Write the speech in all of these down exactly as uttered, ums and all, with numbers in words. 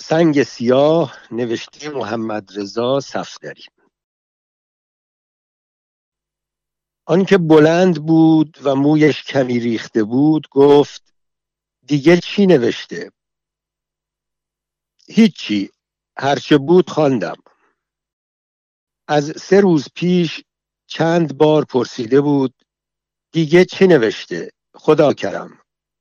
سنگ سیاه نوشته محمد رضا صفدری. آن که بلند بود و مویش کمی ریخته بود گفت دیگه چی نوشته؟ هیچی، هرچه بود خواندم. از سه روز پیش چند بار پرسیده بود دیگه چی نوشته؟ خدا کرم.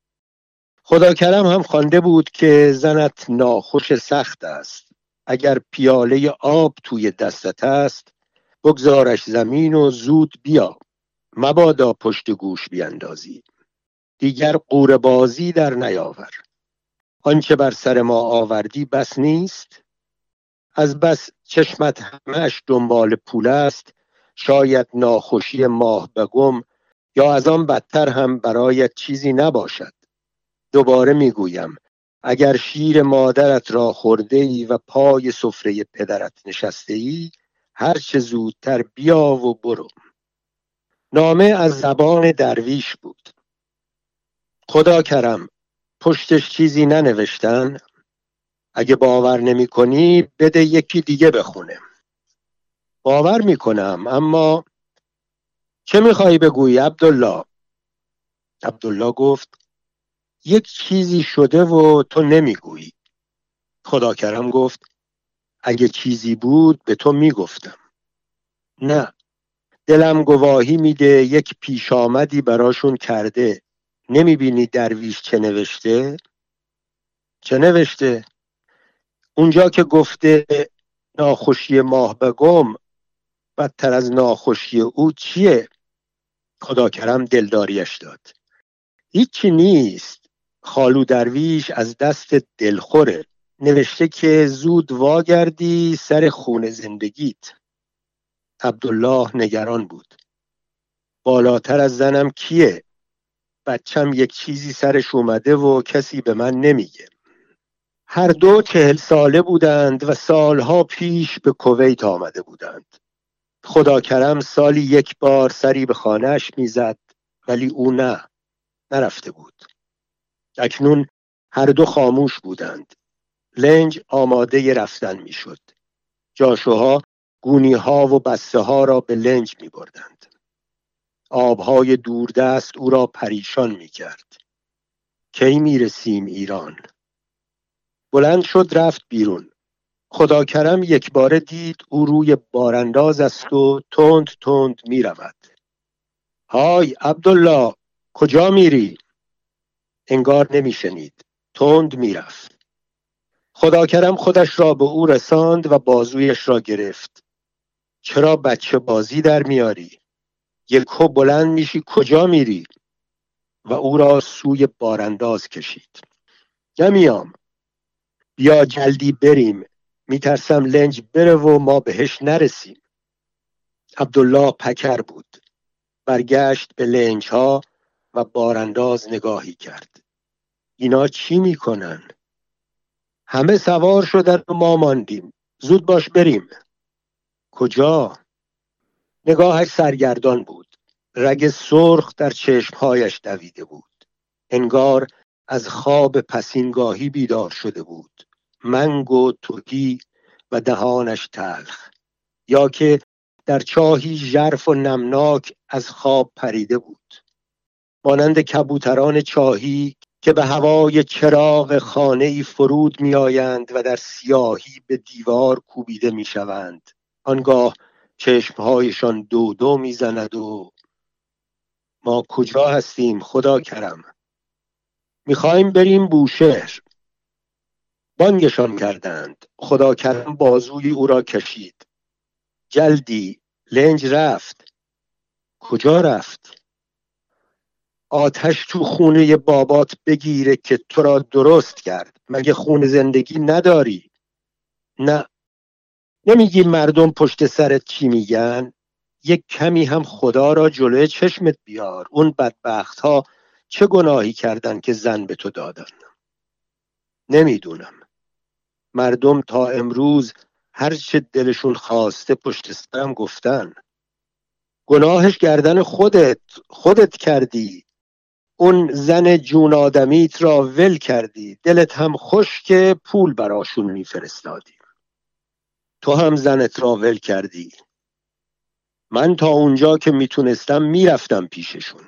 خدا کرم هم خوانده بود که زنت ناخوش سخت است. اگر پیاله آب توی دستت است بگذارش زمین و زود بیا، مبادا پشت گوش بیندازی. دیگر قوره بازی در نیاور. آنچه بر سر ما آوردی بس نیست. از بس چشمت همش دنبال پول است، شاید ناخوشی ماه بگم یا از آن بدتر هم برایت چیزی نباشد. دوباره میگویم اگر شیر مادرت را خورده ای و پای سفره پدرت نشسته ای هر چه زودتر بیا و برو. نامه از زبان درویش بود. خدا کرم، پشتش چیزی ننوشتن؟ اگه باور نمی کنی بده یکی دیگه بخونه. باور می کنم، اما چه میخوایی بگویی عبدالله؟ عبدالله گفت یک چیزی شده و تو نمیگویی. خدا کرم گفت اگه چیزی بود به تو میگفتم. نه، دلم گواهی میده یک پیش آمدی براشون کرده. نمیبینی درویش چه نوشته؟ چه نوشته؟ اونجا که گفته ناخوشی ماه بگم بدتر از ناخوشی او چیه؟ خدا کرم دلداریش داد. هیچی نیست. خالو درویش از دست دلخوره. نوشته که زود واگردی سر خون زندگیت. عبدالله نگران بود. بالاتر از زنم کیه؟ بچم یک چیزی سرش اومده و کسی به من نمیگه. هر دو چهل ساله بودند و سالها پیش به کویت آمده بودند. خدا کرم سالی یک بار سری به خانهش میزد ولی او نه، نرفته بود. اکنون هر دو خاموش بودند. لنج آماده رفتن میشد. جاشوها گونیها و بسته ها را به لنج می بردند. آبهای دوردست او را پریشان می کرد. کی می رسیم ایران؟ بلند شد رفت بیرون. خدا کرم یک باره دید او روی بارانداز است و تند تند می رود. های عبدالله، کجا میری؟ انگار نمی شنید. تند می رفت. خدا کرم خودش را به او رساند و بازویش را گرفت. چرا بچه بازی در میاری؟ یکو بلند میشی کجا میری؟ و او را سوی بارانداز کشید. نمیام. بیا جلدی بریم. میترسم لنج بره و ما بهش نرسیم. عبدالله پکر بود. برگشت به لنج ها و بارانداز نگاهی کرد. اینا چی میکنن؟ همه سوار شدن و ما ماندیم. زود باش بریم. کجا؟ نگاهش سرگردان بود. رگ سرخ در چشمهایش دویده بود. انگار از خواب پسینگاهی بیدار شده بود. منگ و تهی و دهانش تلخ. یا که در چاهی ژرف و نمناک از خواب پریده بود. مانند کبوتران چاهی که به هوای چراغ خانه‌ای فرود می آیند و در سیاهی به دیوار کوبیده می شوند. آنگاه چشمهایشان دو دو می زند و ما کجا هستیم خدا کرم؟ میخوایم بریم بوشهر. بانگشان کردند. خدا کرم بازوی او را کشید. جلدی. لنج رفت. کجا رفت؟ آتش تو خونه بابات بگیره که تو را درست کرد. مگه خون زندگی نداری؟ نه. نمیگی مردم پشت سرت چی میگن؟ یک کمی هم خدا را جلوی چشمت بیار. اون بدبخت ها چه گناهی کردن که زن به تو دادن؟ نمیدونم. مردم تا امروز هر چه دلشون خواسته پشت سرم گفتن. گناهش گردن خودت. خودت کردی. اون زن جون آدمیت را ول کردی، دلت هم خوش که پول براشون میفرستادی. تو هم زنت را ول کردی. من تا اونجا که میتونستم میرفتم پیششون.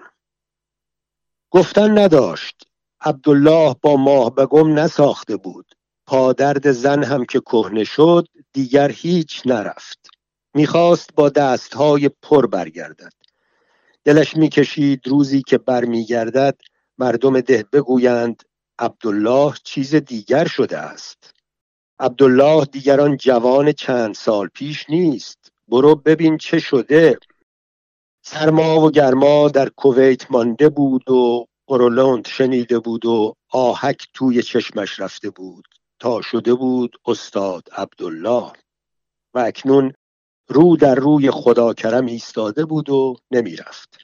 گفتن نداشت. عبدالله با ماه بگم نساخته بود. پادرد زن هم که کهنه شد دیگر هیچ نرفت. میخواست با دستهای پر برگردد. دلش میکشید روزی که بر میگردد مردم ده بگویند عبدالله چیز دیگر شده است. عبدالله دیگران جوان چند سال پیش نیست. برو ببین چه شده. سرما و گرما در کویت مانده بود و قرولند شنیده بود و آهک توی چشمش رفته بود تا شده بود استاد عبدالله و اکنون رو در روی خدا کرم ایستاده بود و نمی رفت.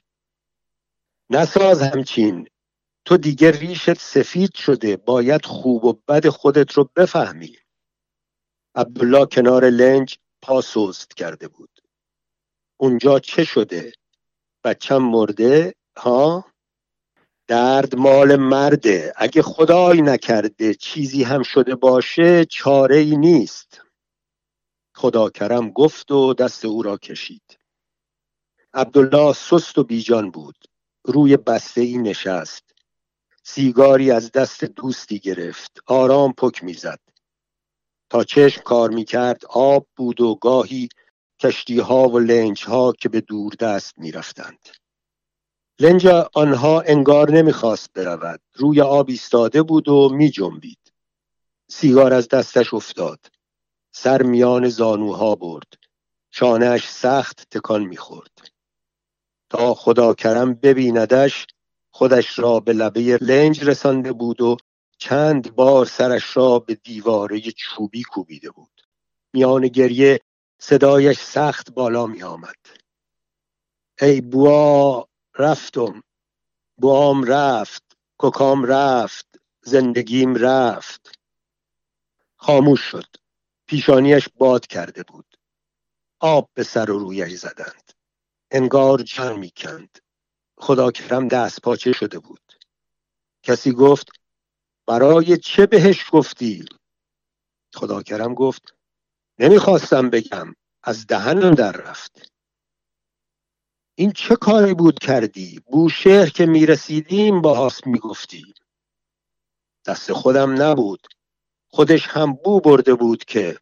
نساز همچین، تو دیگه ریشت سفید شده، باید خوب و بد خودت رو بفهمی. عبدالله کنار لنج پا سست کرده بود. اونجا چه شده؟ بچم مرده؟ ها؟ درد مال مرده. اگه خدای نکرده چیزی هم شده باشه چاره ای نیست. خدا کرم گفت و دست او را کشید. عبدالله سست و بیجان بود. روی بسته ای نشست. سیگاری از دست دوستی گرفت. آرام پک میزد. تا چشم کار میکرد آب بود و گاهی کشتی ها و لنج ها که به دور دست میرفتند. لنج آنها انگار نمیخواست برود. روی آب ایستاده بود و می جنبید. سیگار از دستش افتاد. سر میان زانوها برد. شانه‌اش سخت تکان میخورد. تا خدا کرم ببیندش خودش را به لبه لنج رسانده بود و چند بار سرش را به دیواره چوبی کوبیده بود. میان گریه صدایش سخت بالا می آمد. ای بوا رفتم، بوام رفت، کوکام رفت، زندگیم رفت. خاموش شد. پیشانیش باد کرده بود. آب به سر و رویش زدند. انگار جان می کند. خدا کرم دست پاچه شده بود. کسی گفت برای چه بهش گفتی؟ خدا کرم گفت نمیخواستم بگم، از دهنم در رفت. این چه کاری بود کردی؟ بوشهر که میرسیدیم باهاش میگفتی. دست خودم نبود، خودش هم بو برده بود که.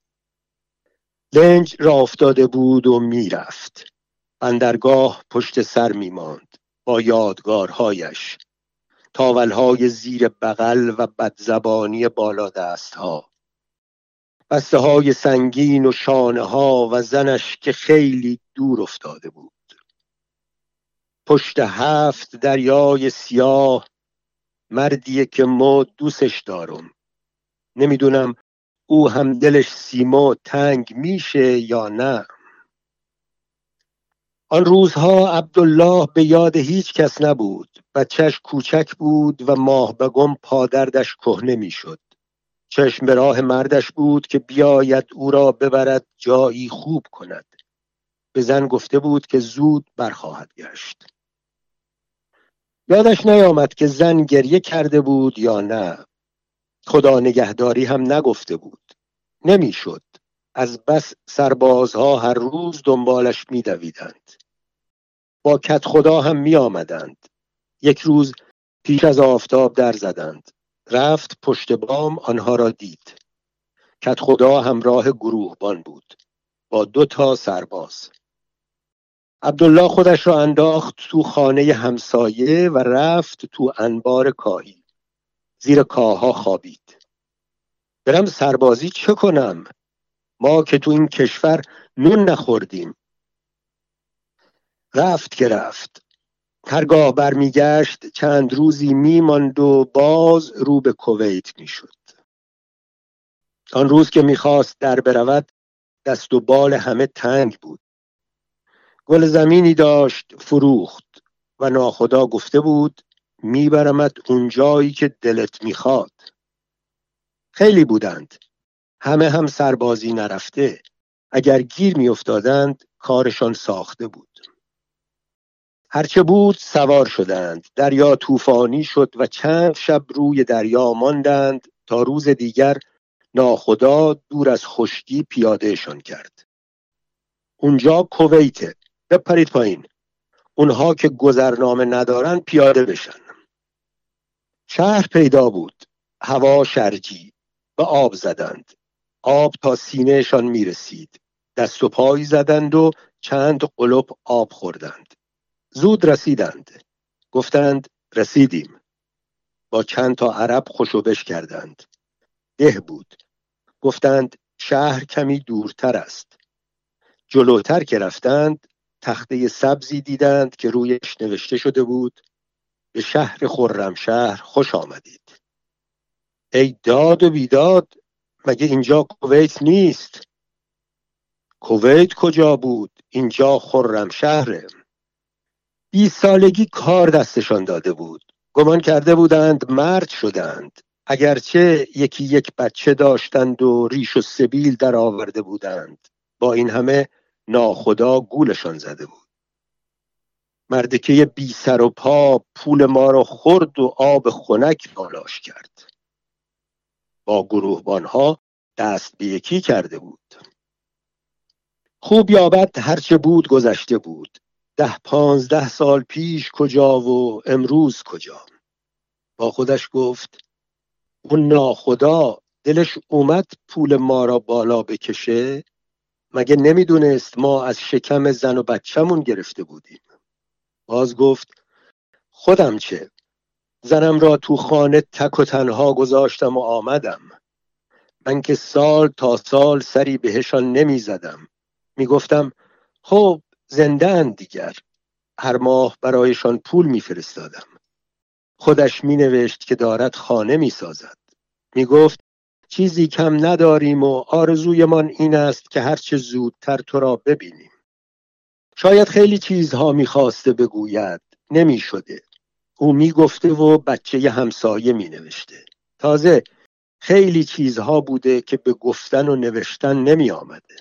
لنج را افتاده بود و میرفت. بندرگاه پشت سر میماند با یادگارهایش، تاولهای زیر بغل و بدزبانی بالا دستها، بسته های سنگین و شانه ها و زنش که خیلی دور افتاده بود. پشت هفت دریای سیاه مردیه که ما دوستش دارم. نمیدونم او هم دلش سیما تنگ میشه یا نه. آن روزها عبدالله به یاد هیچ کس نبود. بچهش کوچک بود و ماه بگم پادردش کهنه میشد. چشم به راه مردش بود که بیاید او را ببرد جایی خوب کند. به زن گفته بود که زود برخواهد گشت. یادش نیامد که زن گریه کرده بود یا نه. خدا نگهداری هم نگفته بود. نمیشد. از بس سربازها هر روز دنبالش میدویدند. با کت خدا هم می آمدند. یک روز پیش از آفتاب در زدند. رفت پشت بام آنها را دید. کت خدا همراه گروهبان بود با دو تا سرباز. عبدالله خودش را انداخت تو خانه همسایه و رفت تو انبار کاهی. زیر کاهها خوابید. برم سربازی چه کنم؟ ما که تو این کشور نون نخوردیم. رفت که رفت. هرگاه برمیگشت چند روزی میماند و باز رو به کویت میشد. آن روز که میخواست در برود دست و بال همه تنگ بود. گل زمینی داشت فروخت و ناخدا گفته بود میبرمت اونجایی که دلت میخواد. خیلی بودند. همه هم سربازی نرفته. اگر گیر میافتادند کارشان ساخته بود. هرچه بود سوار شدند. دریا طوفانی شد و چند شب روی دریا ماندند تا روز دیگر ناخدا دور از خشکی پیادهشان کرد. اونجا کویته. بپرید پایین. اونها که گذرنامه ندارن پیاده بشن. شهر پیدا بود. هوا شرجی. به آب زدند. آب تا سینهشان میرسید. دست و پای زدند و چند قلپ آب خوردند. زود رسیدند. گفتند رسیدیم. با چند تا عرب خوشوبش کردند. ده بود. گفتند شهر کمی دورتر است. جلوتر که رفتند تخته سبزی دیدند که رویش نوشته شده بود به شهر خرمشهر خوش آمدید. ای داد و بیداد، مگه اینجا کویت نیست؟ کویت کجا بود؟ اینجا خرمشهره. بیست سالگی کار دستشان داده بود. گمان کرده بودند مرد شدند. اگرچه یکی یک بچه داشتند و ریش و سبیل در آورده بودند، با این همه ناخدا گولشان زده بود. مردکه بی سر و پا پول ما را خورد و آب خنک بالاش کرد. با گروهبانها دست به یکی کرده بود. خوب یا بد هرچه بود گذشته بود. ده پانزده سال پیش کجا و امروز کجا. با خودش گفت اون ناخدا دلش اومد پول ما را بالا بکشه؟ مگه نمیدونست ما از شکم زن و بچه‌مون گرفته بودیم؟ باز گفت خودم چه؟ زنم را تو خانه تک و تنها گذاشتم و آمدم. من که سال تا سال سری بهشان نمی زدم. می گفتم خب زنده اند دیگر. هر ماه برایشان پول می فرستادم. خودش می نوشت که دارد خانه می سازد. می گفت چیزی کم نداریم و آرزویمان این است که هرچه زودتر تو را ببینیم. شاید خیلی چیزها می خواسته بگوید، نمی شده. او می گفته و بچه همسایه می نوشته. تازه خیلی چیزها بوده که به گفتن و نوشتن نمی آمده.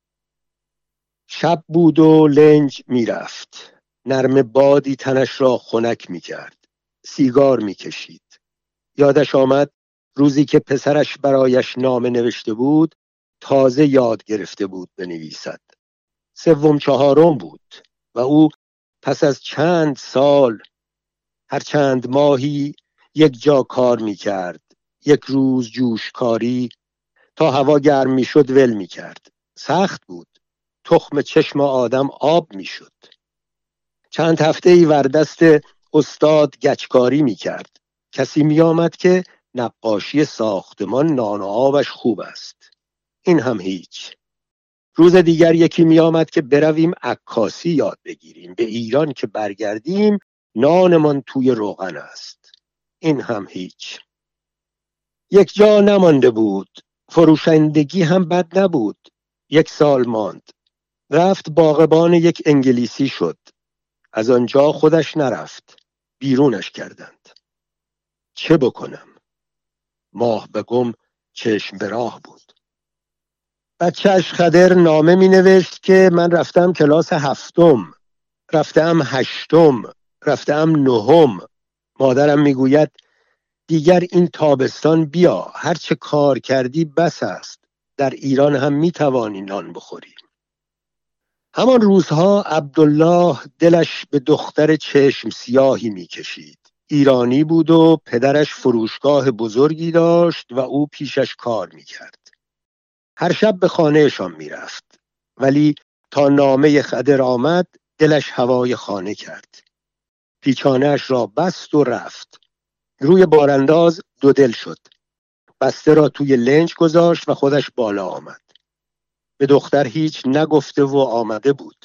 شب بود و لنج می رفت. نرم بادی تنش را خنک می کرد. سیگار می کشید. یادش آمد روزی که پسرش برایش نامه نوشته بود تازه یاد گرفته بود بنویسد. سوم چهارم بود و او پس از چند سال هر چند ماهی یک جا کار می کرد. یک روز جوشکاری تا هوا گرم می شد ول می کرد. سخت بود. تخم چشم آدم آب می شد. چند هفته ای وردست استاد گچکاری می کرد. کسی می آمد که نقاشی ساختمان نان و آبش خوب است. این هم هیچ. روز دیگر یکی می آمد که برویم عکاسی یاد بگیریم. به ایران که برگردیم نانمان توی روغن است. این هم هیچ. یک جا نمانده بود. فروشندگی هم بد نبود. یک سال ماند. رفت باغبان یک انگلیسی شد. از آنجا خودش نرفت. بیرونش کردند. چه بکنم؟ ماه به گم چشم به راه بود. بچهش خدر نامه می نوشت که من رفتم کلاس هفتم، رفتم هشتم، رفتم نهم. مادرم می گوید دیگر این تابستان بیا، هرچه کار کردی بس است. در ایران هم می توانی نان بخوری. همان روزها عبدالله دلش به دختر چشم سیاهی می کشید. ایرانی بود و پدرش فروشگاه بزرگی داشت و او پیشش کار می کرد. هر شب به خانهشان می رفت. ولی تا نامه خدر آمد دلش هوای خانه کرد. پیچانه‌اش را بست و رفت. روی بارانداز دو دل شد. بسته را توی لنج گذاشت و خودش بالا آمد. به دختر هیچ نگفته و آمده بود.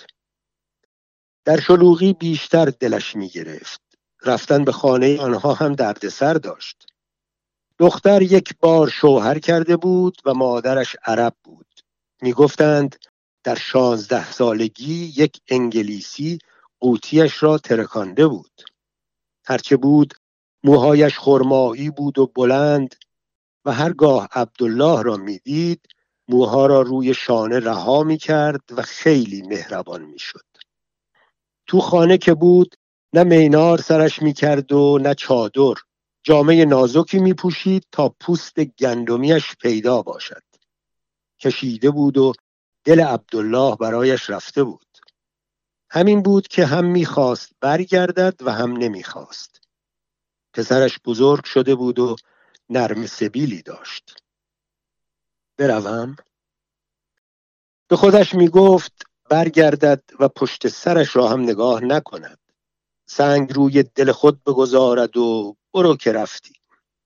در شلوغی بیشتر دلش می گرفت. رفتن به خانه آنها هم دردسر داشت. دختر یک بار شوهر کرده بود و مادرش عرب بود. می گفتند در شانزده سالگی یک انگلیسی قوطیش را ترکانده بود. هرچه بود موهایش خرمایی بود و بلند و هرگاه عبدالله را می دید موها را روی شانه رها می کرد و خیلی مهربان می شد. تو خانه که بود نه مینار سرش میکرد و نه چادر، جامه نازکی میپوشید تا پوست گندمیش پیدا باشد. کشیده بود و دل عبدالله برایش رفته بود. همین بود که هم میخواست برگردد و هم نمیخواست. پسرش بزرگ شده بود و نرم سبیلی داشت. بروم؟ به خودش میگفت برگردد و پشت سرش را هم نگاه نکند. سنگ روی دل خود بگذارد و برو که رفتی.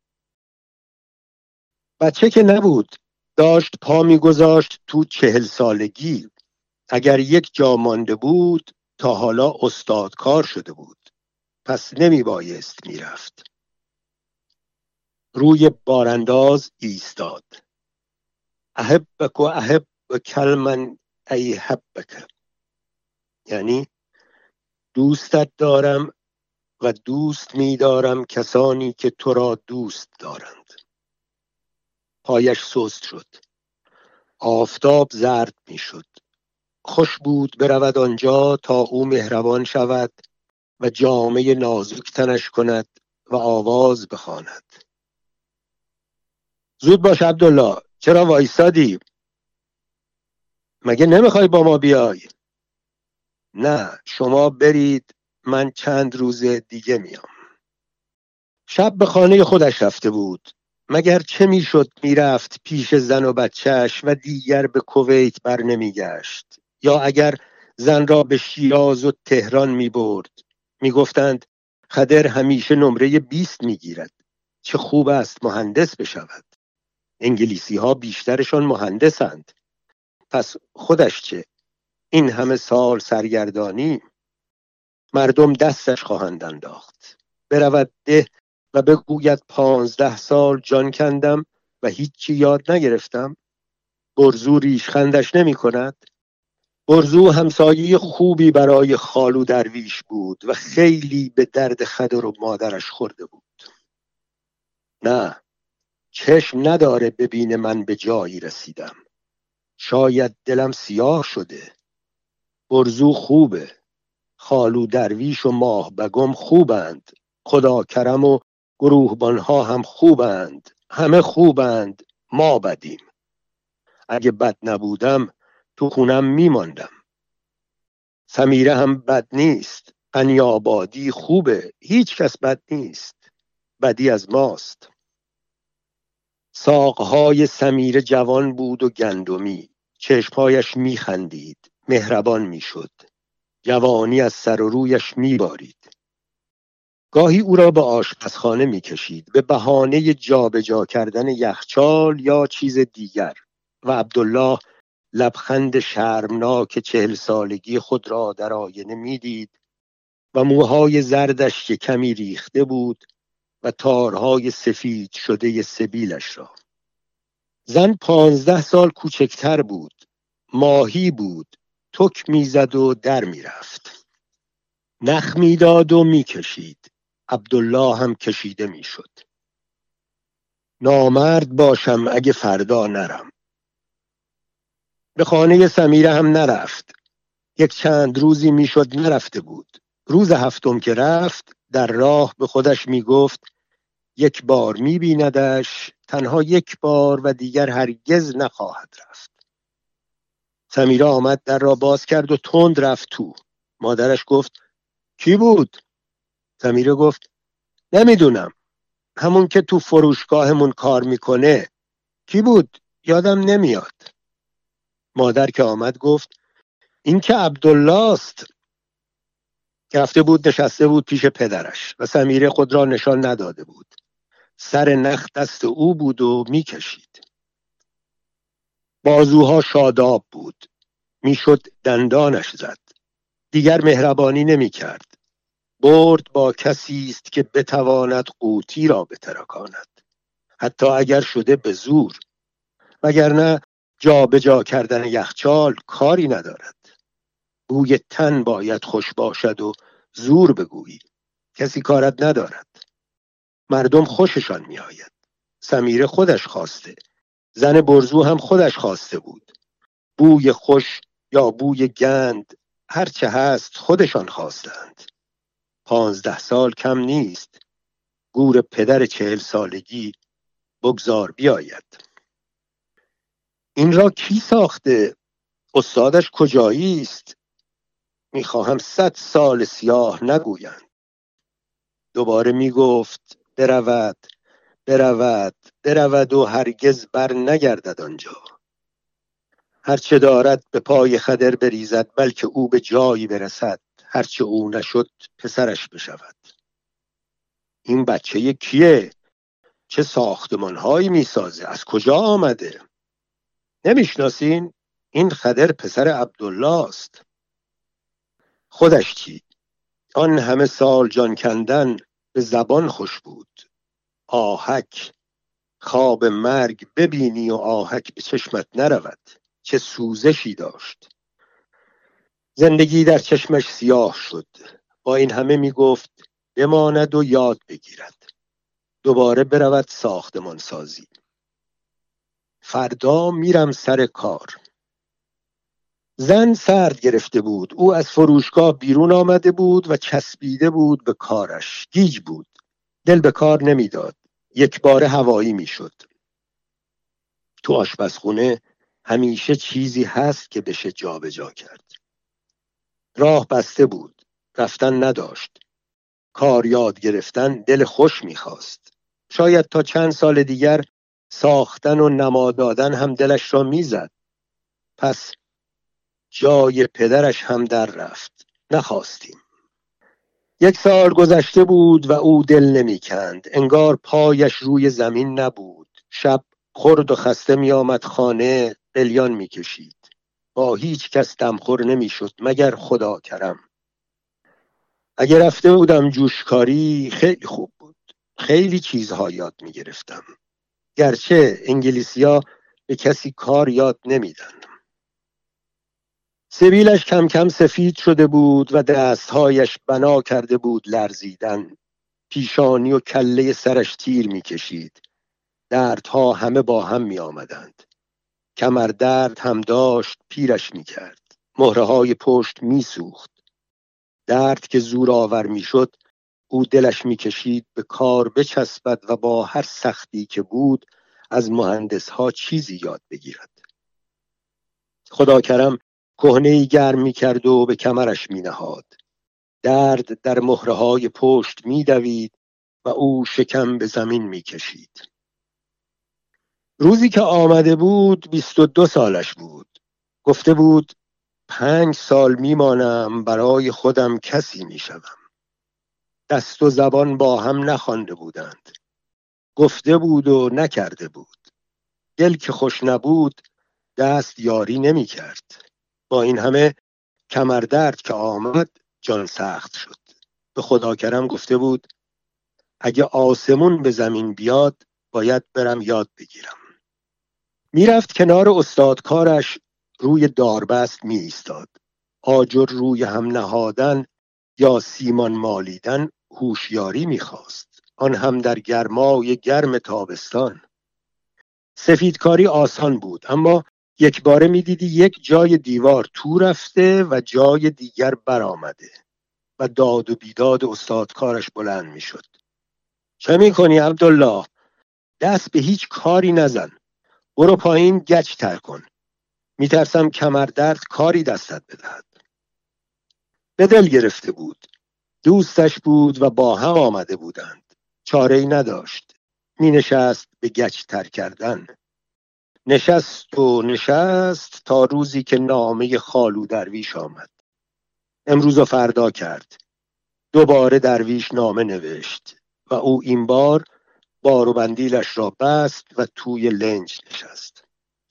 بچه که نبود، داشت پا میگذاشت تو چهل سالگی. اگر یک جا مانده بود تا حالا استادکار شده بود، پس نمی بایست میرفت. روی بارانداز ایستاد. احبک و احب کلمن ای حبک، یعنی دوستت دارم و دوست می‌دارم کسانی که تو را دوست دارند. پایش سست شد. آفتاب زرد می‌شد. خوش بود برود آنجا تا او مهربان شود و جامه نازک تنش کند و آواز بخواند. زود باش عبدالله، چرا وایسادی؟ مگه نمیخوای با ما بیای؟ نه، شما برید، من چند روز دیگه میام. شب به خانه خودش رفته بود. مگر چه میشد میرفت پیش زن و بچهش و دیگر به کویت بر نمیگشت؟ یا اگر زن را به شیراز و تهران میبرد، میگفتند خدر همیشه نمره بیست میگیرد، چه خوب است مهندس بشود. انگلیسی ها بیشترشان مهندسند. پس خودش چه؟ این همه سال سرگردانی. مردم دستش خواهند انداخت. برود ده و بگوید پانزده سال جان کندم و هیچی یاد نگرفتم. برزو ریشخندش نمی کند. برزو همسایه خوبی برای خالو درویش بود و خیلی به درد خدر و مادرش خورده بود. نه، چشم نداره ببینه من به جایی رسیدم. شاید دلم سیاه شده. برزو خوبه. خالو درویش و ماه بگم خوبند. خدا کرم و گروهبانها هم خوبند. همه خوبند. ما بدیم. اگه بد نبودم تو خونم میماندم. سمیره هم بد نیست. قنیابادی خوبه. هیچ کس بد نیست. بدی از ماست. ساقهای سمیره جوان بود و گندمی. چشمهایش میخندید. مهربان میشد. جوانی از سر و رویش میبارید. گاهی او را به آشپزخانه میکشید به بهانه جابجا کردن یخچال یا چیز دیگر و عبدالله لبخند شرمناک چهل سالگی خود را در آینه میدید و موهای زردش که کمی ریخته بود و تارهای سفید شده سبیلش را. زن پانزده سال کوچکتر بود. ماهی بود. تک میزد و در میرفت. نخ میداد و میکشید. عبدالله هم کشیده میشد. نامرد باشم اگه فردا نرم. به خانه سمیره هم نرفت. یک چند روزی میشد نرفته بود. روز هفتم که رفت در راه به خودش میگفت یک بار میبیندش، تنها یک بار و دیگر هرگز نخواهد رفت. سمیره آمد در را باز کرد و تند رفت تو. مادرش گفت کی بود؟ سمیره گفت نمیدونم، همون که تو فروشگاهمون کار میکنه. کی بود؟ یادم نمیاد. مادر که آمد گفت این که عبدالله است. رفته بود نشسته بود پیش پدرش و سمیره خود را نشان نداده بود. سر نخ دست او بود و میکشید. بازوها شاداب بود. میشد دندانش زد. دیگر مهربانی نمی کرد. برد با کسی است که بتواند قوطی را بترکاند، حتی اگر شده به زور، وگرنه جا به جا کردن یخچال کاری ندارد. بوی تن باید خوش باشد و زور بگویی. کسی کارت ندارد. مردم خوششان می آید. سمیره خودش خواسته. زن برزو هم خودش خواسته بود. بوی خوش یا بوی گند هرچه هست خودشان خواستند. پانزده سال کم نیست، گور پدر چهل سالگی بگذار بیاید. این را کی ساخته؟ استادش کجایی است؟ میخواهم صد سال سیاه نگویند. دوباره میگفت برود برود برود و هرگز بر نگردد آنجا. هرچه دارد به پای خدر بریزد، بلکه او به جایی برسد هرچه او نشد پسرش بشود. این بچه کیه؟ چه ساختمانهایی میسازه؟ از کجا آمده؟ نمیشناسین؟ این خدر پسر عبدالله است. خودش چی؟ آن همه سال جان کندن به زبان خوش بود. آهک خواب مرگ ببینی و آهک به چشمت نرود. چه سوزشی داشت. زندگی در چشمش سیاه شد. با این همه می گفت بماند و یاد بگیرد. دوباره برود ساختمان سازی. فردا میرم سر کار. زن سرد گرفته بود. او از فروشگاه بیرون آمده بود و چسبیده بود به کارش. گیج بود. دل به کار نمیداد. یک بار هوایی میشد. تو آشپزخونه همیشه چیزی هست که بشه جا به جا کرد. راه بسته بود. رفتن نداشت. کار یاد گرفتن دل خوش میخواست. شاید تا چند سال دیگر ساختن و نما دادن هم دلش را میزد. پس جای پدرش هم در رفت. نخواستیم. یک سال گذشته بود و او دل نمیکند. انگار پایش روی زمین نبود. شب خرد و خسته می آمد خانه، قلیان می کشید. با هیچ کس دمخور نمی شد مگر خدا کرم. اگر رفته بودم جوشکاری خیلی خوب بود. خیلی چیزها یاد می گرفتم. گرچه انگلیسی‌ها به کسی کار یاد نمیدن. سبیلش کم کم سفید شده بود و دستهایش بنا کرده بود لرزیدن. پیشانی و کله سرش تیر می کشید. دردها همه با هم می آمدند. کمر درد هم داشت، پیرش می کرد. مهره های پشت می سوخت. درد که زور آور می شد، او دلش می کشید به کار بچسبد و با هر سختی که بود از مهندس ها چیزی یاد بگیرد. خدا کرم کهنه‌ای گرم می کرد و به کمرش می نهاد. درد در مهره های پشت می دوید و او شکم به زمین می کشید. روزی که آمده بود بیست و دو سالش بود. گفته بود پنج سال میمانم برای خودم کسی میشوم. دست و زبان با هم نخوانده بودند. گفته بود و نکرده بود. دل که خوش نبود دست یاری نمی کرد. با این همه کمردرد که آمد جان سخت شد. به خدا کرم گفته بود اگه آسمون به زمین بیاد باید برم یاد بگیرم. میرفت کنار استادکارش روی داربست می ایستاد. آجر روی هم نهادن یا سیمان مالیدن هوشیاری می‌خواست. آن هم در گرمای گرم تابستان. سفیدکاری آسان بود، اما یک باره می‌دیدی یک جای دیوار تو رفته و جای دیگر برآمده و داد و بیداد استادکارش بلند می‌شد. چه می‌کنی عبدالله؟ دست به هیچ کاری نزن. برو پایین گچ تر کن. میترسم کمردرد کاری دستت بدهد. به دل گرفته بود. دوستش بود و با هم آمده بودند. چاره‌ای نداشت. می نشست به گچ تر کردن. نشست و نشست تا روزی که نامه خالو درویش آمد. امروز و فردا کرد. دوباره درویش نامه نوشت و او این بار بار و بندیلش را بست و توی لنج نشست.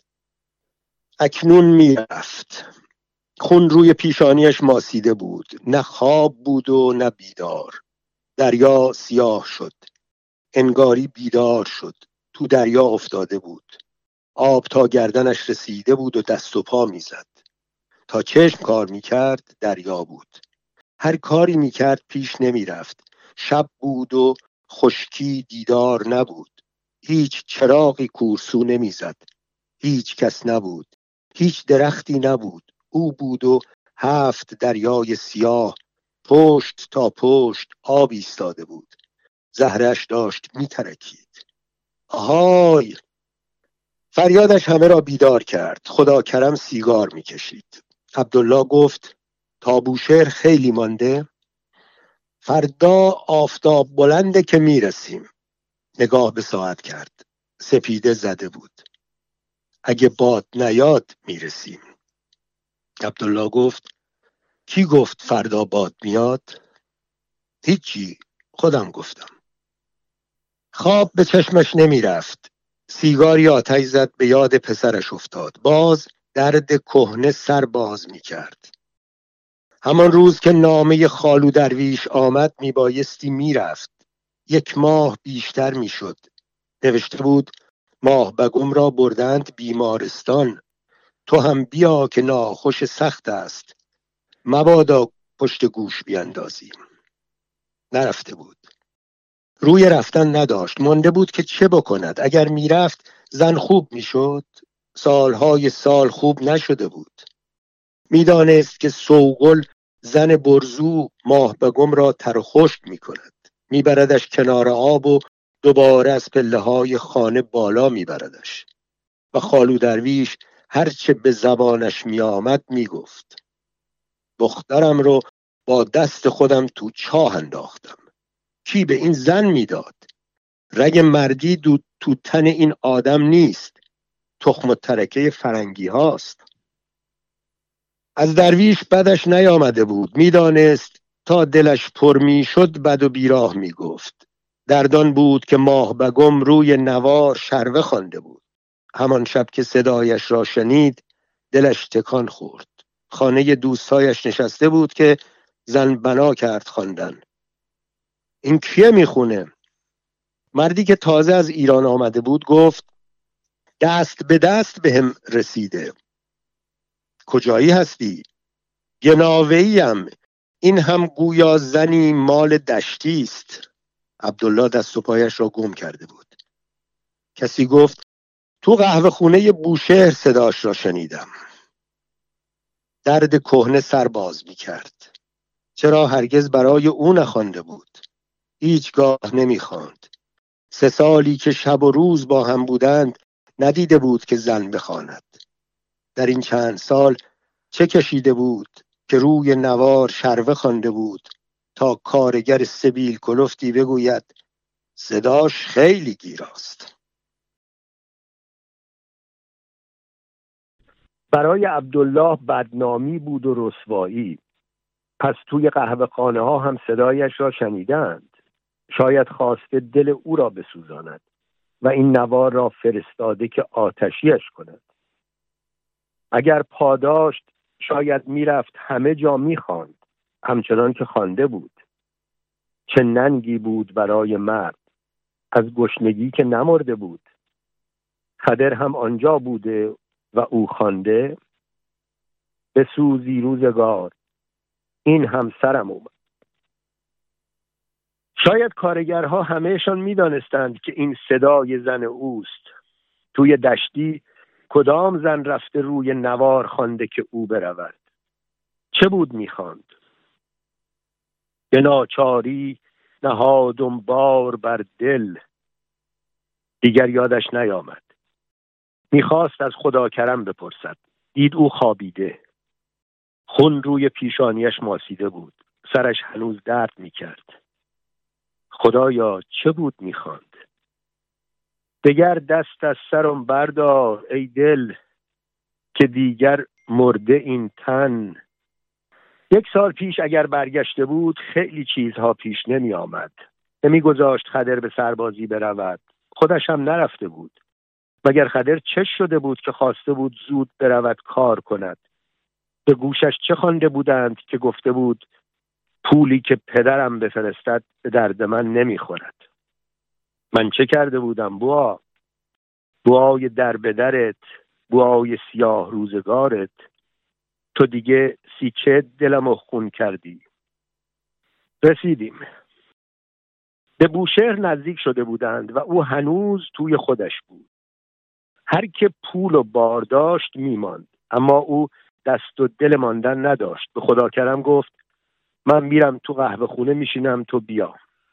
اکنون می رفت. خون روی پیشانیش ماسیده بود. نه خواب بود و نه بیدار. دریا سیاه شد. انگاری بیدار شد. تو دریا افتاده بود. آب تا گردنش رسیده بود و دست و پا میزد. تا چشم کار میکرد دریا بود. هر کاری میکرد پیش نمیرفت. شب بود و خشکی دیدار نبود. هیچ چراغی کورسو نمیزد. هیچ کس نبود. هیچ درختی نبود. او بود و هفت دریای سیاه پشت تا پشت آب ایستاده بود. زهرش داشت میترکید. آهای! فریادش همه را بیدار کرد. خدا کرم سیگار میکشید. عبدالله گفت تا بوشهر خیلی مانده؟ فردا آفتاب بلنده که میرسیم. نگاه به ساعت کرد. سپیده زده بود. اگه باد نیاد میرسیم. عبدالله گفت کی گفت فردا باد میاد؟ هیچی، خودم گفتم. خواب به چشمش نمی رفت. سیگاری آتش زد، به یاد پسرش افتاد. باز درد کهنه سر باز می کرد. همان روز که نامه خالو درویش آمد می بایستی می رفت. یک ماه بیشتر می شد. نوشته بود ماه بگم را بردند بیمارستان. تو هم بیا که ناخوش سخت است. مبادا پشت گوش بیاندازی. نرفته بود. روی رفتن نداشت. مانده بود که چه بکند. اگر میرفت زن خوب میشد. سالهای سال خوب نشده بود. میدانست که سوگل زن برزو ماه بگم را تر و خشک میکند. میبردش کنار آب و دوباره از پله های خانه بالا میبردش. و خالو درویش هرچه به زبانش میآمد میگفت. دخترم رو با دست خودم تو چاه انداختم. کی به این زن میداد؟ رگ مردی دو تو تن این آدم نیست. تخم و ترکه فرنگی هاست. از درویش بدش نیامده بود. میدانست تا دلش پر می شد بد و بیراه می گفت. دردان بود که ماه بگم روی نوار شروه خوانده بود. همان شب که صدایش را شنید دلش تکان خورد. خانه دوستایش نشسته بود که زن بنا کرد خواندن. این کیه میخونه؟ مردی که تازه از ایران آمده بود گفت دست به دست به هم رسیده. کجایی هستی؟ گناوه‌ایم. این هم گویا زنی مال دشتی است. عبدالله دست و پایش را گم کرده بود. کسی گفت تو قهوه خونه بوشهر صداش را شنیدم. درد کهنه سر باز می کرد. چرا هرگز برای او نخوانده بود؟ هیچگاه نمی خواند. سه سالی که شب و روز با هم بودند ندیده بود که زن بخواند. در این چند سال چه کشیده بود که روی نوار شروه خوانده بود تا کارگر سبیل کلفتی بگوید صداش خیلی گیراست. برای عبدالله بدنامی بود و رسوایی. پس توی قهوه خانه ها هم صدایش را شنیدند. شاید خواسته دل او را بسوزاند و این نوار را فرستاده که آتشیش کند. اگر پاداشت شاید میرفت همه جا میخواند همچنان که خوانده بود. چه ننگی بود برای مرد از گشنگی که نمرده بود. خدر هم آنجا بوده و او خوانده. به سوزی روزگار این هم سرم اومد. شاید کارگرها همهشان میدانستند که این صدای زن اوست. توی دشتی کدام زن رفته روی نوار خوانده که او برود؟ چه بود میخواند؟ به ناچاری نهادم بار بر دل. دیگر یادش نیامد. میخواست از خدا کرم بپرسد. دید او خوابیده. خون روی پیشانیش ماسیده بود. سرش هنوز درد میکرد. خدایا چه بود میخواند؟ دگر دست از سرم بردار ای دل که دیگر مرده این تن. یک سال پیش اگر برگشته بود خیلی چیزها پیش نمی آمد. نمی گذاشت خدر به سربازی برود. خودش هم نرفته بود. مگر خدر چه شده بود که خواسته بود زود برود کار کند؟ به گوشش چه خوانده بودند که گفته بود پولی که پدرم بفرستد به درد من نمی خورد؟ من چه کرده بودم بوا؟ بوای در به درت، بوای سیاه روزگارت. تو دیگه سیچه دلمو خون کردی. رسیدیم. به بوشهر نزدیک شده بودند و او هنوز توی خودش بود. هر که پول و بار داشت میماند، اما او دست و دل ماندن نداشت. به خدا کرم گفت من میرم تو قهوه خونه میشینم، تو بیا.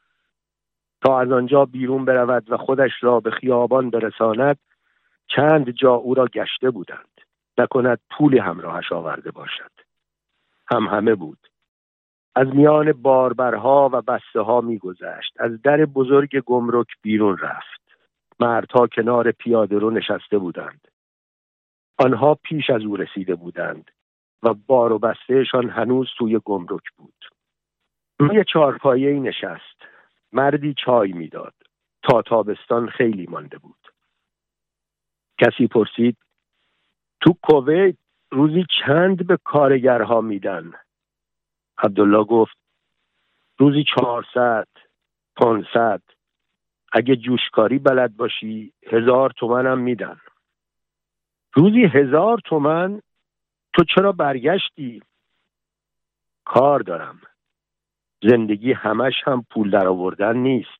تا از آنجا بیرون برود و خودش را به خیابان برساند چند جا او را گشته بودند، نکند پولی همراهش آورده باشد. هم همه بود. از میان باربرها و بسته ها می گذشت. از در بزرگ گمرک بیرون رفت. مردها کنار پیاده رو نشسته بودند. آنها پیش از او رسیده بودند و بار و بستهشان هنوز توی گمرک بود. روی چارپایه‌ای نشست. مردی چای میداد. تا تابستان خیلی مانده بود. کسی پرسید تو کویت روزی چند به کارگرها میدن؟ عبدالله گفت روزی چهارصد، پانصد. اگه جوشکاری بلد باشی هزار تومن هم میدن. روزی هزار تومن؟ تو چرا برگشتی؟ کار دارم. زندگی همش هم پول در آوردن نیست.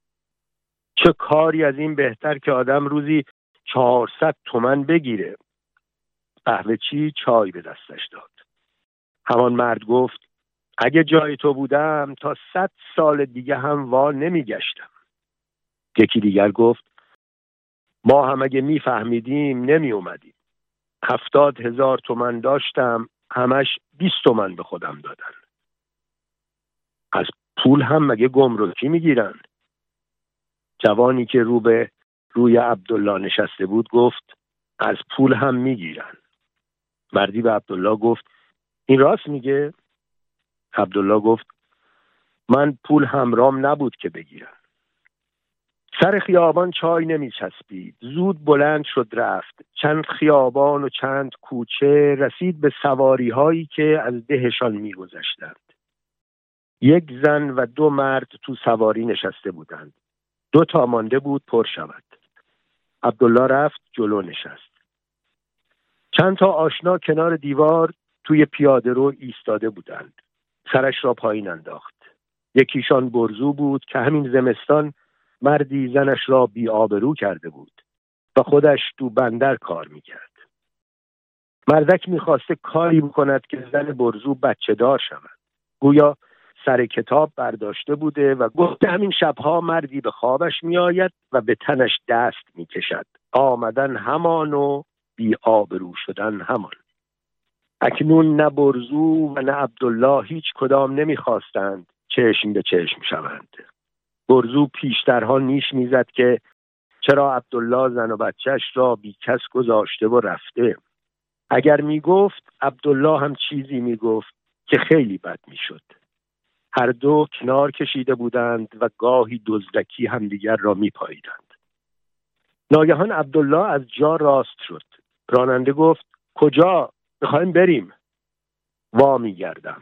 چه کاری از این بهتر که آدم روزی چهارصد تومن بگیره. قهوه چی چای به دستش داد. همان مرد گفت اگه جای تو بودم تا صد سال دیگه هم وا نمی گشتم. یکی دیگر گفت ما هم اگه می فهمیدیم نمی اومدیم. هفتاد هزار تومن داشتم، همش بیست تومن به خودم دادن. از پول هم مگه گمرکی می گیرن؟ جوانی که رو به روی عبدالله نشسته بود گفت از پول هم می گیرن. مردی به عبدالله گفت این راست میگه؟ عبدالله گفت من پول همرام نبود که بگیرم. سر خیابان چای نمی چسبید. زود بلند شد رفت. چند خیابان و چند کوچه رسید به سواری هایی که از دهشان می گذشتند. یک زن و دو مرد تو سواری نشسته بودند. دو تا مانده بود پر شود. عبدالله رفت جلو نشست. چند تا آشنا کنار دیوار توی پیاده رو ایستاده بودند. سرش را پایین انداخت. یکیشان برزو بود که همین زمستان مردی زنش را بی آبرو کرده بود و خودش تو بندر کار میکرد. مردک میخواسته کاری بکند که زن برزو بچه دار شود. گویا سر کتاب برداشته بوده و گفت همین شبها مردی به خوابش میآید و به تنش دست میکشد. آمدن همان و بی آبرو شدن همان. اکنون نه برزو و نه عبدالله هیچ کدام نمیخواستند چشم به چشم شوند. برزو پیشترها نیش میزد که چرا عبدالله زن و بچهش را بی کس گذاشته و رفته. اگر میگفت عبدالله هم چیزی میگفت که خیلی بد میشد. هر دو کنار کشیده بودند و گاهی دزدکی همدیگر را میپاییدند. ناگهان عبدالله از جا راست شد. راننده گفت کجا؟ میخوایم بریم. وا میگردم.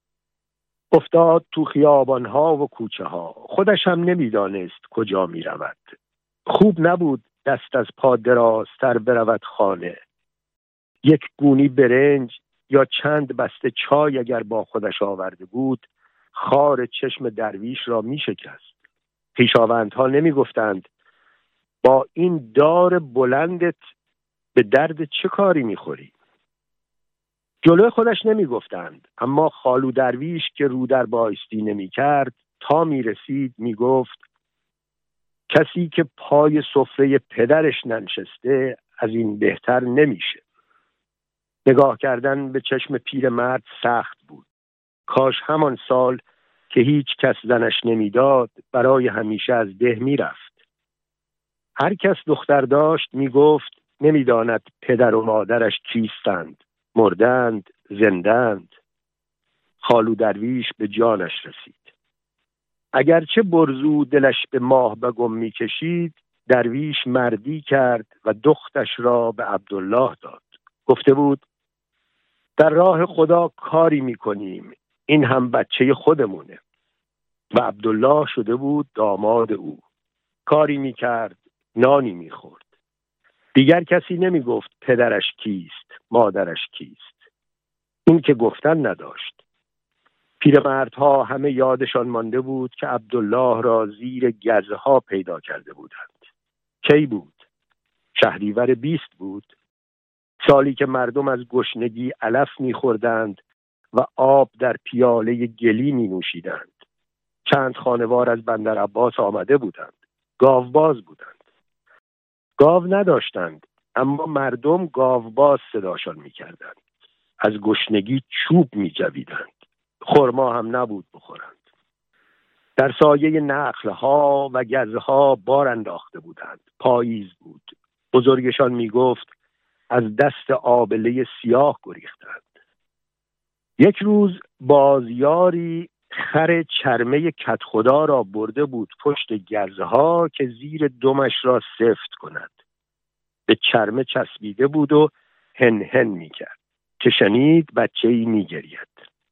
افتاد تو خیابانها و کوچه ها. خودش هم نمیدانست کجا می رود. خوب نبود دست از پا درازتر برود خانه. یک گونی برنج یا چند بسته چای اگر با خودش آورده بود خار چشم درویش را می شکست. خویشاوندها نمی گفتند با این دار بلندت به درد چه کاری می خوری؟ جلوی خودش نمی گفتند، اما خالو درویش که رو در بایستی نمی کرد تا می رسید می گفت کسی که پای سفره پدرش ننشسته از این بهتر نمیشه. نگاه کردن به چشم پیرمرد سخت بود. کاش همان سال که هیچ کس زنش نمیداد برای همیشه از ده می رفت. هر کس دختر داشت می گفت نمیداند پدر و مادرش کیستند، مردند، زندند. خالو درویش به جانش رسید. اگرچه برزو دلش به ماه بگم می کشید، درویش مردی کرد و دختش را به عبدالله داد. گفته بود در راه خدا کاری می کنیم، این هم بچه خودمونه. و عبدالله شده بود داماد او. کاری می کرد، نانی می خورد. دیگر کسی نمی گفت پدرش کیست، مادرش کیست. این که گفتن نداشت. پیرمردها همه یادشان مانده بود که عبدالله را زیر گزها پیدا کرده بودند. کی بود؟ شهریور بیست بود. سالی که مردم از گشنگی علف می‌خوردند و آب در پیاله گلی می‌نوشیدند. چند خانوار از بندر عباس آمده بودند. گاوباز بودند. گاو نداشتند، اما مردم گاوباز صداشان می‌کردند. از گشنگی چوب می‌جویدند. خرما هم نبود بخورند. در سایه نخل‌ها و گزها بار انداخته بودند. پاییز بود. بزرگشان می‌گفت از دست آبله سیاه گریختند. یک روز بازیاری خر چرمه کدخدا را برده بود پشت گزها که زیر دمش را سفت کند. به چرمه چسبیده بود و هن هن می‌کرد که شنید بچه‌ای می‌گرید.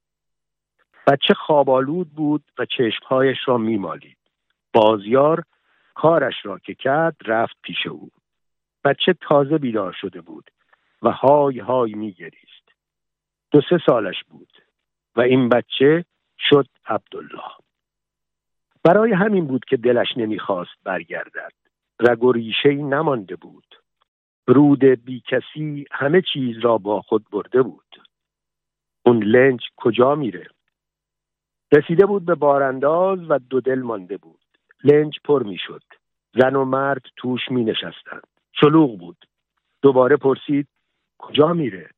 بچه خوابالود بود و چشمهایش را می‌مالید. بازیار کارش را که کرد رفت پیش او. بچه تازه بیدار شده بود و های های می‌گریست. دو سه سالش بود و این بچه شد عبدالله. برای همین بود که دلش نمی‌خواست برگردد. رگ و ریشه‌ای نمانده بود. رود بی کسی همه چیز را با خود برده بود. اون لنج کجا میره؟ رسیده بود به بارانداز و دو دل مانده بود. لنج پر میشد. زن و مرد توش می نشستند. شلوغ بود. دوباره پرسید کجا میره؟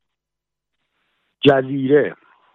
جزیره.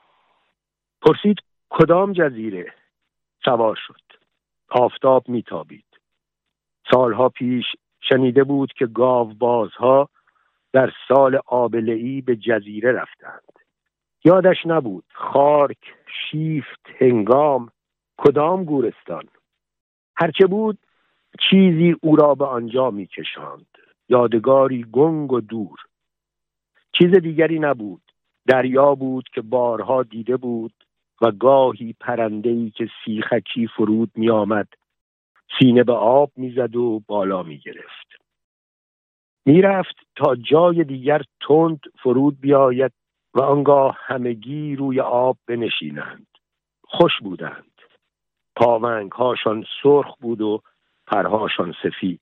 پرسید کدام جزیره؟ سوار شد. آفتاب میتابید. سالها پیش شنیده بود که گاوبازها در سال آبله‌ای به جزیره رفتند. یادش نبود خارک، شیفت، هنگام، کدام گورستان. هرچه بود چیزی او را به آنجا می کشاند. یادگاری گنگ و دور. چیز دیگری نبود. دریا بود که بارها دیده بود و گاهی پرنده‌ای که سیخکی فرود می آمد. سینه به آب می زد و بالا می گرفت. می رفت تا جای دیگر تند فرود بیاید و آنگاه همگی روی آب بنشینند. خوش بودند. پاونگ هاشان سرخ بود و پرهاشان سفید.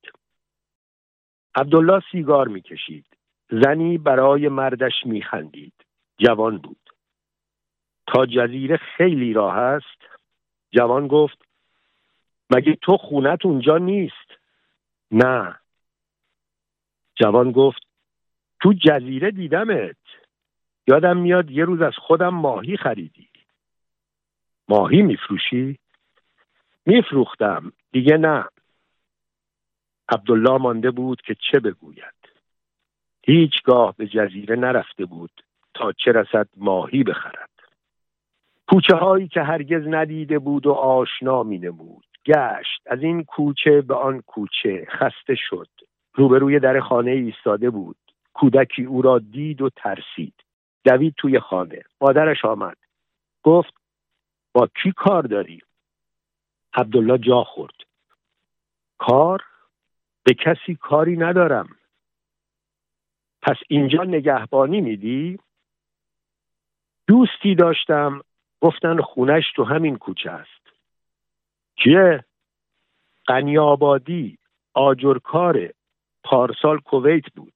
عبدالله سیگار می کشید. زنی برای مردش می خندید. جوان بود. تا جزیره خیلی راه است. جوان گفت مگه تو خونت اونجا نیست؟ نه. جوان گفت تو جزیره دیدمت. یادم میاد یه روز از خودم ماهی خریدی. ماهی میفروشی؟ میفروختم. دیگه نه. عبدالله مانده بود که چه بگوید. هیچگاه به جزیره نرفته بود تا چه رسد ماهی بخرد. کوچه هایی که هرگز ندیده بود و آشنا می نمود. گشت از این کوچه به آن کوچه. خسته شد. روبروی در خانه ایستاده بود. کودکی او را دید و ترسید. دوید توی خانه. مادرش آمد. گفت با کی کار داری؟ عبدالله جا خورد. کار؟ به کسی کاری ندارم. پس اینجا نگهبانی میدی؟ دوستی داشتم گفتن خونش تو همین کوچه است. کیه؟ قنی‌آبادی، آجرکاره، پارسال کویت بود.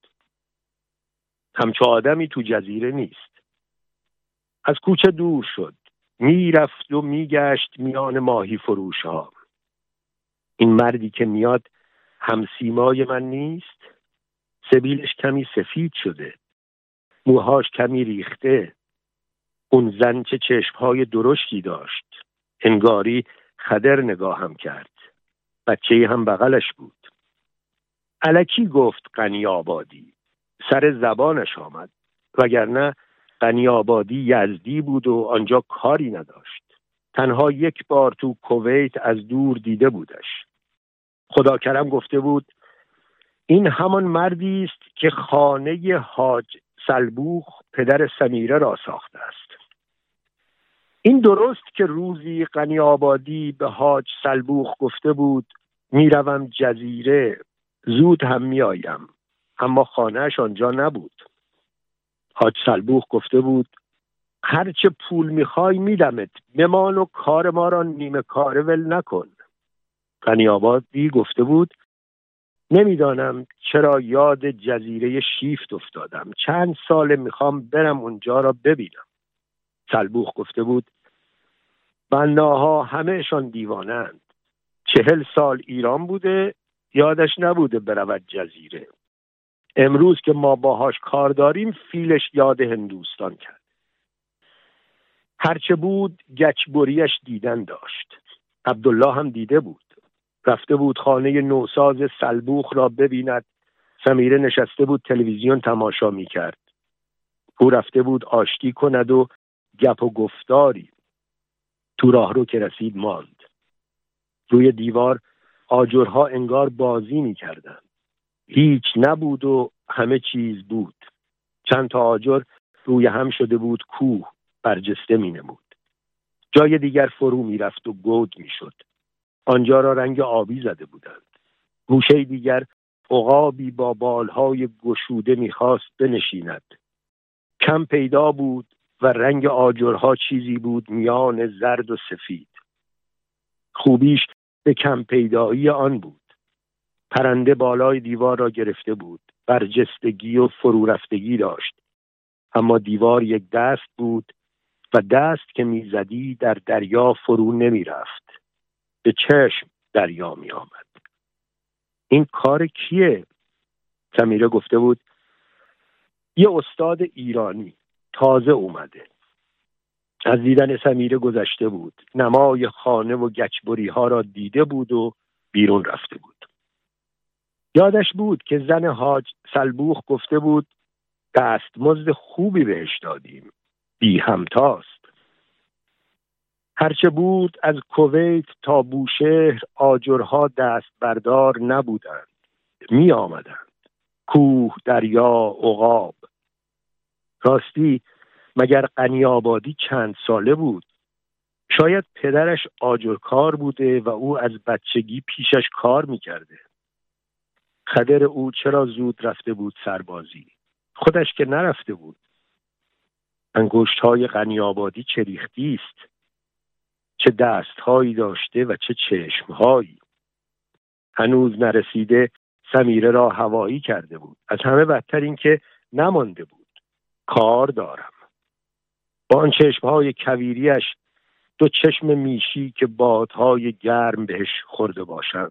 همچو آدمی تو جزیره نیست. از کوچه دور شد. می رفت و می گشت میان ماهی فروش ها. این مردی که میاد همسیمای من نیست؟ سبیلش کمی سفید شده. موهاش کمی ریخته. اون زن چه چشمهای درشتی داشت. انگاری خدر نگاهم کرد. بچه‌ای هم بغلش بود. الکی گفت قنی‌آبادی. سر زبانش آمد. وگرنه قنی‌آبادی یزدی بود و آنجا کاری نداشت. تنها یک بار تو کویت از دور دیده بودش. خدا کرم گفته بود این همان مردی است که خانه حاج سلبوخ پدر سمیره را ساخته است. این درست که روزی قنی‌آبادی به حاج سلبوخ گفته بود میروم جزیره، زود هم میآیم، اما خانهش آنجا نبود. حاج سلبوخ گفته بود هرچه پول میخوای میدمت، بمان و کار ما را نیمه کاره ول نکن. قنی‌آبادی گفته بود نمیدانم چرا یاد جزیره شیفت افتادم. چند سال میخوام برم اونجا را ببینم. سلبوخ گفته بود بناها همهشان دیوانند. چهل سال ایران بوده، یادش نبوده برود جزیره. امروز که ما باهاش کار داریم فیلش یاد هندوستان کرد. هرچه بود گچبریش دیدن داشت. عبدالله هم دیده بود. رفته بود خانه نوساز سلبوخ را ببیند. سمیره نشسته بود تلویزیون تماشا می کرد. او رفته بود آشتی کند و گپ و گفتاری. تو راهرو که رسید ماند. روی دیوار آجرها انگار بازی می کردن. هیچ نبود و همه چیز بود. چند تا آجر روی هم شده بود، کوه برجسته می نمود. جای دیگر فرو می رفت و گود می شد. آنجا را رنگ آبی زده بودند. گوشه دیگر عقابی با بالهای گشوده می خواست بنشیند. کم پیدا بود و رنگ آجرها چیزی بود میان زرد و سفید. خوبیش به کم پیدایی آن بود. پرنده بالای دیوار را گرفته بود. برجستگی و فرو رفتگی داشت. اما دیوار یک دست بود و دست که می زدی در دریا فرو نمی رفت. به چشم دریا می آمد. این کار کیه؟ سمیره گفته بود یه استاد ایرانی تازه اومده. از دیدن سمیره گذشته بود. نمای خانه و گچبری ها را دیده بود و بیرون رفته بود. یادش بود که زن حاج سلبوخ گفته بود دستمزد خوبی بهش دادیم. بی همتاست. هرچه بود از کویت تا بوشهر آجرها دست بردار نبودند. می آمدند. کوه، دریا، عقاب. راستی مگر قنی‌آبادی چند ساله بود؟ شاید پدرش آجرکار بوده و او از بچگی پیشش کار میکرده. خدر او چرا زود رفته بود سربازی؟ خودش که نرفته بود. انگشت‌های قنی‌آبادی چه ریختی است. چه دست‌هایی داشته و چه چشم‌هایی. هنوز نرسیده سمیره را هوایی کرده بود. از همه بدتر این که نمانده بود. کار دارم. با آن چشم‌های کویریش، دو چشم میشی که بادهای گرم بهش خورده باشند.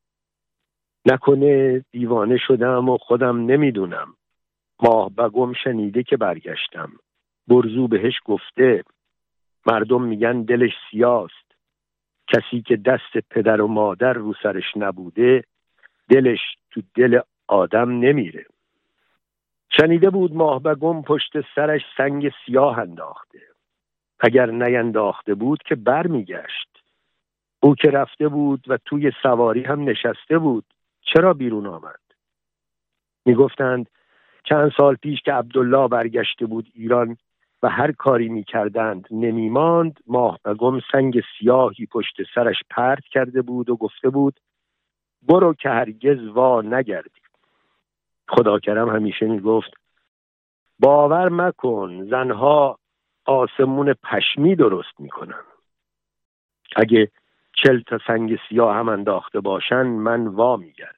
نکنه دیوانه شدم و خودم نمیدونم. ماه بگم شنیده که برگشتم. برزو بهش گفته. مردم میگن دلش سیاست. کسی که دست پدر و مادر رو سرش نبوده دلش تو دل آدم نمیره. شنیده بود ماه بگم پشت سرش سنگ سیاه انداخته. اگر نینداخته بود که بر میگشت. او که رفته بود و توی سواری هم نشسته بود. چرا بیرون آمد؟ میگفتند چند سال پیش که عبدالله برگشته بود ایران و هر کاری میکردند نمیماند، ماه بگم سنگ سیاهی پشت سرش پرت کرده بود و گفته بود برو که هرگز وا نگردی. خدا کرم همیشه میگفت باور مکن زنها آسمون پشمی درست میکنن. اگه چل تا سنگ سیاه هم انداخته باشن من وا میگردم.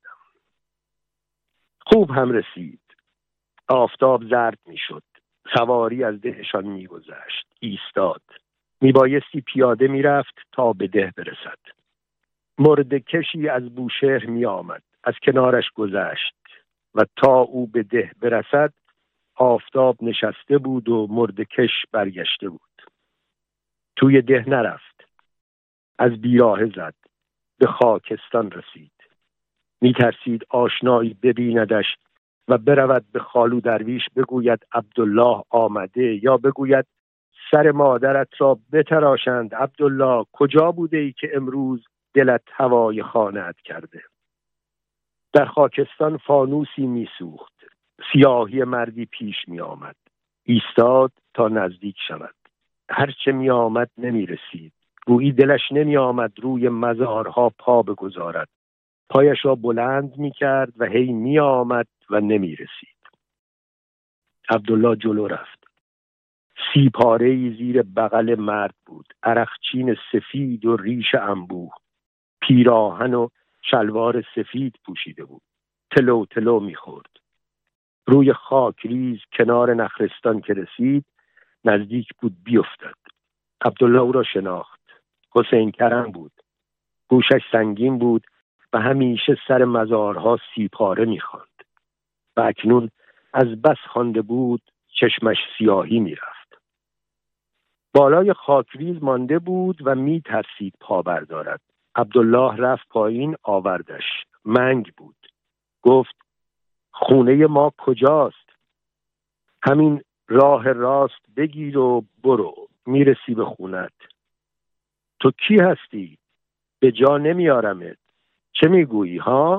خوب هم رسید. آفتاب زرد میشد. سواری از دهشان میگذشت. ایستاد. میبایستی پیاده میرفت تا به ده برسد. مردکشی از بوشهر میآمد. از کنارش گذشت و تا او به ده برسد آفتاب نشسته بود و مردکش برگشته بود. توی ده نرفت. از بیراه زد. به خاکستان رسید. میترسید آشنایی ببیندش و برود به خالو درویش بگوید عبدالله آمده، یا بگوید سر مادرت را بتراشند عبدالله کجا بوده ای که امروز دلت هوای خانه‌ات کرده. در خاکستان فانوسی میسوخت. سیاهی مردی پیش می آمد. ایستاد تا نزدیک شود. هرچه می آمد نمی رسید. گویی دلش نمی آمد روی مزارها پا بگذارد. پایش را بلند می کرد و هی می آمد و نمی رسید. عبدالله جلو رفت. سی پاره‌ای زیر بغل مرد بود. عرقچین سفید و ریش انبوه. پیراهن و شلوار سفید پوشیده بود. تلو تلو میخورد. روی خاک ریز کنار نخلستان که رسید نزدیک بود بیفتد. عبدالله او را شناخت. حسین کرم بود. گوشش سنگین بود و همیشه سر مزارها سی پاره میخواند و اکنون از بس خوانده بود چشمش سیاهی میرفت. بالای خاکریز مانده بود و میترسید پا بردارد. عبدالله رفت پایین، آوردش. منگ بود. گفت خونه ما کجاست؟ همین راه راست بگیر و برو، میرسی به خونت. تو کی هستی؟ به جا نمیارمت. چه میگویی ها؟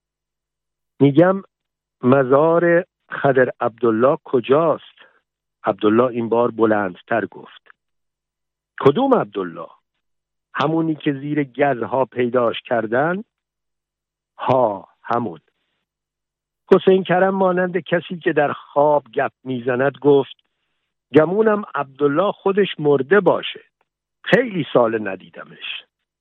میگم مزار خضر عبدالله کجاست؟ عبدالله این بار بلندتر گفت. کدوم عبدالله؟ همونی که زیر گزها پیداش کردن؟ ها، همون. حسین کرم مانند کسی که در خواب گپ میزند گفت گمونم عبدالله خودش مرده باشه. خیلی سال ندیدمش.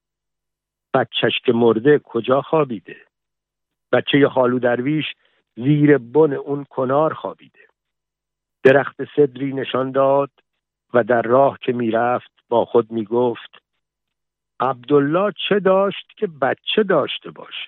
بچهش که مرده کجا خوابیده؟ بچه خالو درویش زیر بن اون کنار خوابیده. درخت سدری نشان داد و در راه که میرفت با خود میگفت عبدالله چه داشت که بچه داشته باشه؟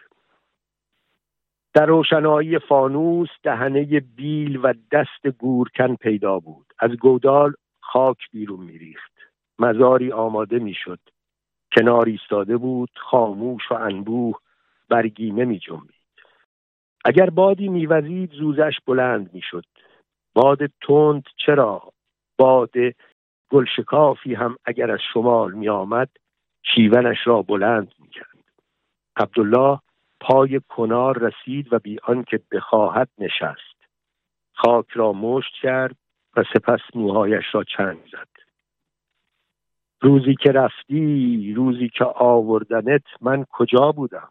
در روشنایی فانوس دهنه بیل و دست گورکن پیدا بود. از گودال خاک بیرون میریخت. مزاری آماده میشد. کنار ایستاده بود، خاموش و انبوه، برگیمه می جنبید. اگر بادی میوزید زوزش بلند میشد. باد تند چرا؟ باد گلشکافی هم اگر از شمال می آمد شیونش را بلند می کرد. عبدالله پای کنار رسید و بی آنکه بخواهد نشست. خاک را مشت کرد و سپس موهایش را چنگ زد. روزی که رفتی، روزی که آوردنت، من کجا بودم؟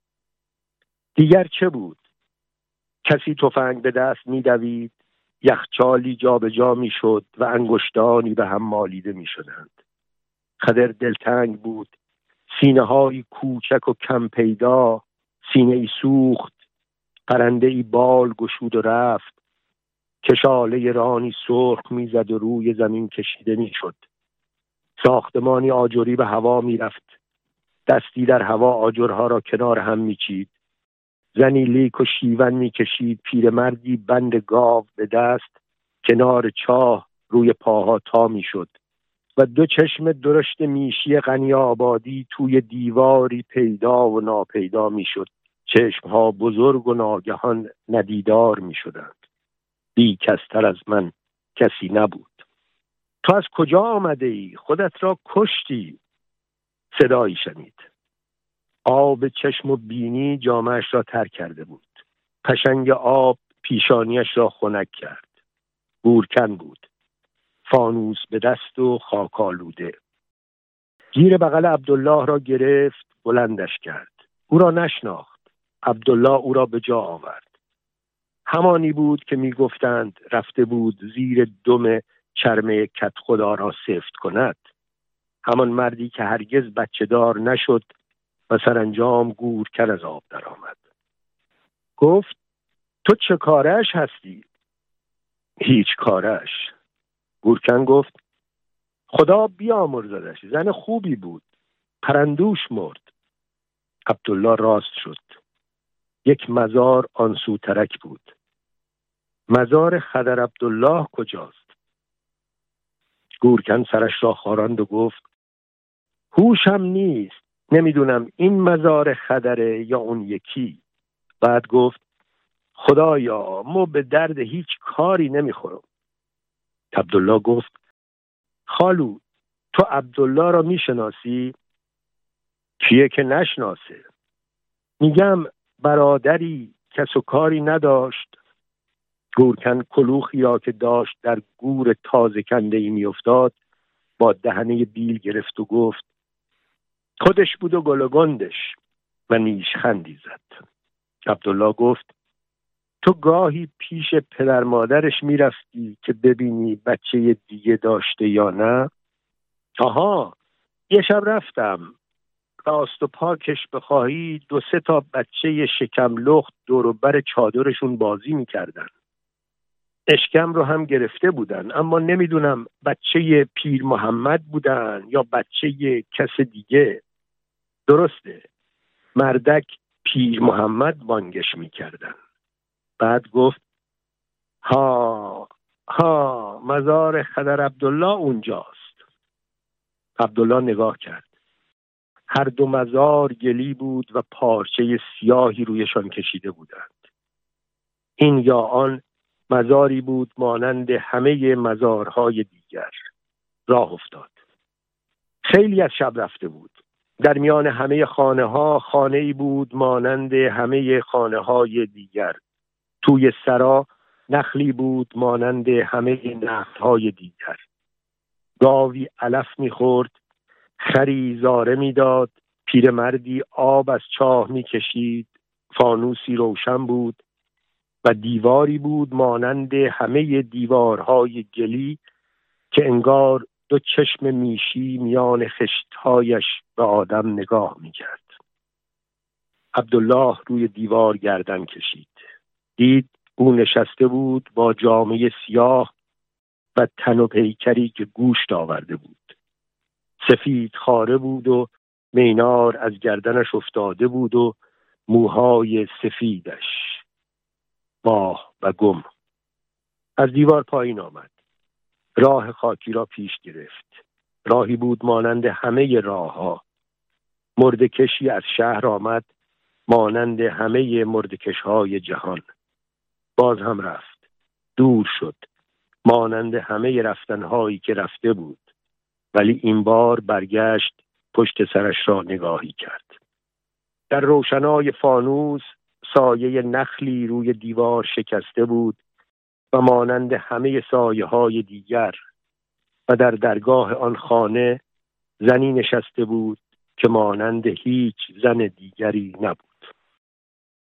دیگر چه بود؟ کسی تفنگ به دست می دوید، یخچالی جا به جا می شد و انگشتانی به هم مالیده می شدند. خضر دلتنگ بود، سینه های کوچک و کم پیدا، سینه ای سوخت، پرنده ای بال گشود و رفت، کشاله رانی سرخ می زد و روی زمین کشیده می شد. ساختمانی آجری به هوا می رفت. دستی در هوا آجرها را کنار هم می چید. زنی لیک و شیون می کشید. پیرمردی بند گاو به دست کنار چاه روی پاها تا می شد و دو چشم درشت میشی غنی آبادی توی دیواری پیدا و ناپیدا می شد. چشمها بزرگ و ناگهان ندیدار می شدند. بی کستر از من کسی نبود. تو از کجا آمده ای؟ خودت را کشتی. صدایی شنید. آب چشم و بینی جامه‌اش را تر کرده بود. پشنگ آب پیشانیش را خنک کرد. گورکن بود. فانوس به دست و خاک آلوده. زیر بغل عبدالله را گرفت، بلندش کرد. او را نشناخت. عبدالله او را به جا آورد. همانی بود که می گفتند رفته بود زیر دم چرمه کت خدا را سفت کند. همان مردی که هرگز بچه دار نشد و سرانجام گورکن از آب در آمد. گفت تو چه کارش هستی؟ هیچ کارش. گورکن گفت خدا بیامرزدش، زن خوبی بود، پرندوش مرد. عبدالله راست شد. یک مزار آن سو ترک بود. مزار خضر عبدالله کجاست؟ گورکن سرش را خاراند و گفت هوشم نیست، نمیدونم این مزار خضره یا اون یکی. بعد گفت خدایا ما به درد هیچ کاری نمیخورم. عبدالله گفت خالو تو عبدالله را میشناسی؟ کیه که نشناسه؟ میگم برادری کس و کاری نداشت. گورکن کلوخی را که داشت در گور تازه کنده ای می افتاد با دهنه بیل گرفت و گفت خودش بود و گل و گندش و نیشخندی زد. عبدالله گفت تو گاهی پیش پدر مادرش می رفتی که ببینی بچه دیگه داشته یا نه؟ آها، یه شب رفتم راست و پاکش بخواهی دو سه تا بچه شکم لخت دور و بر چادرشون بازی میکردن. اشکم رو هم گرفته بودن، اما نمیدونم بچه پیر محمد بودن یا بچه کس دیگه. درسته، مردک پیر محمد بانگش میکردن. بعد گفت ها ها مزار خدر عبدالله اونجاست. عبدالله نگاه کرد. هر دو مزار گلی بود و پارچه سیاهی رویشان کشیده بودند. این یا آن مزاری بود مانند همه مزارهای دیگر. راه افتاد. خیلی از شب رفته بود. در میان همه خانه ها خانه‌ای بود مانند همه خانه های دیگر. توی سرا نخلی بود مانند همه نخل‌های دیگر. گاوی علف می‌خورد، خری زاره می‌داد، پیرمردی آب از چاه می‌کشید، فانوسی روشن بود و دیواری بود مانند همه دیوارهای گلی که انگار دو چشم میشی میان خشت‌هایش به آدم نگاه می‌کرد. عبدالله روی دیوار گردن کشید. دید او نشسته بود با جامه سیاه و تن و پیکری که گوشت آورده بود. سفید خاره بود و مینار از گردنش افتاده بود و موهای سفیدش. واه و گم. از دیوار پایین آمد. راه خاکی را پیش گرفت. راهی بود مانند همه راه‌ها. مردکشی از شهر آمد مانند همه مردکش‌های جهان. باز هم رفت. دور شد مانند همه رفتن‌هایی که رفته بود، ولی این بار برگشت پشت سرش را نگاهی کرد. در روشنای فانوس سایه نخلی روی دیوار شکسته بود و مانند همه سایه‌های دیگر، و در درگاه آن خانه زنی نشسته بود که مانند هیچ زن دیگری نبود.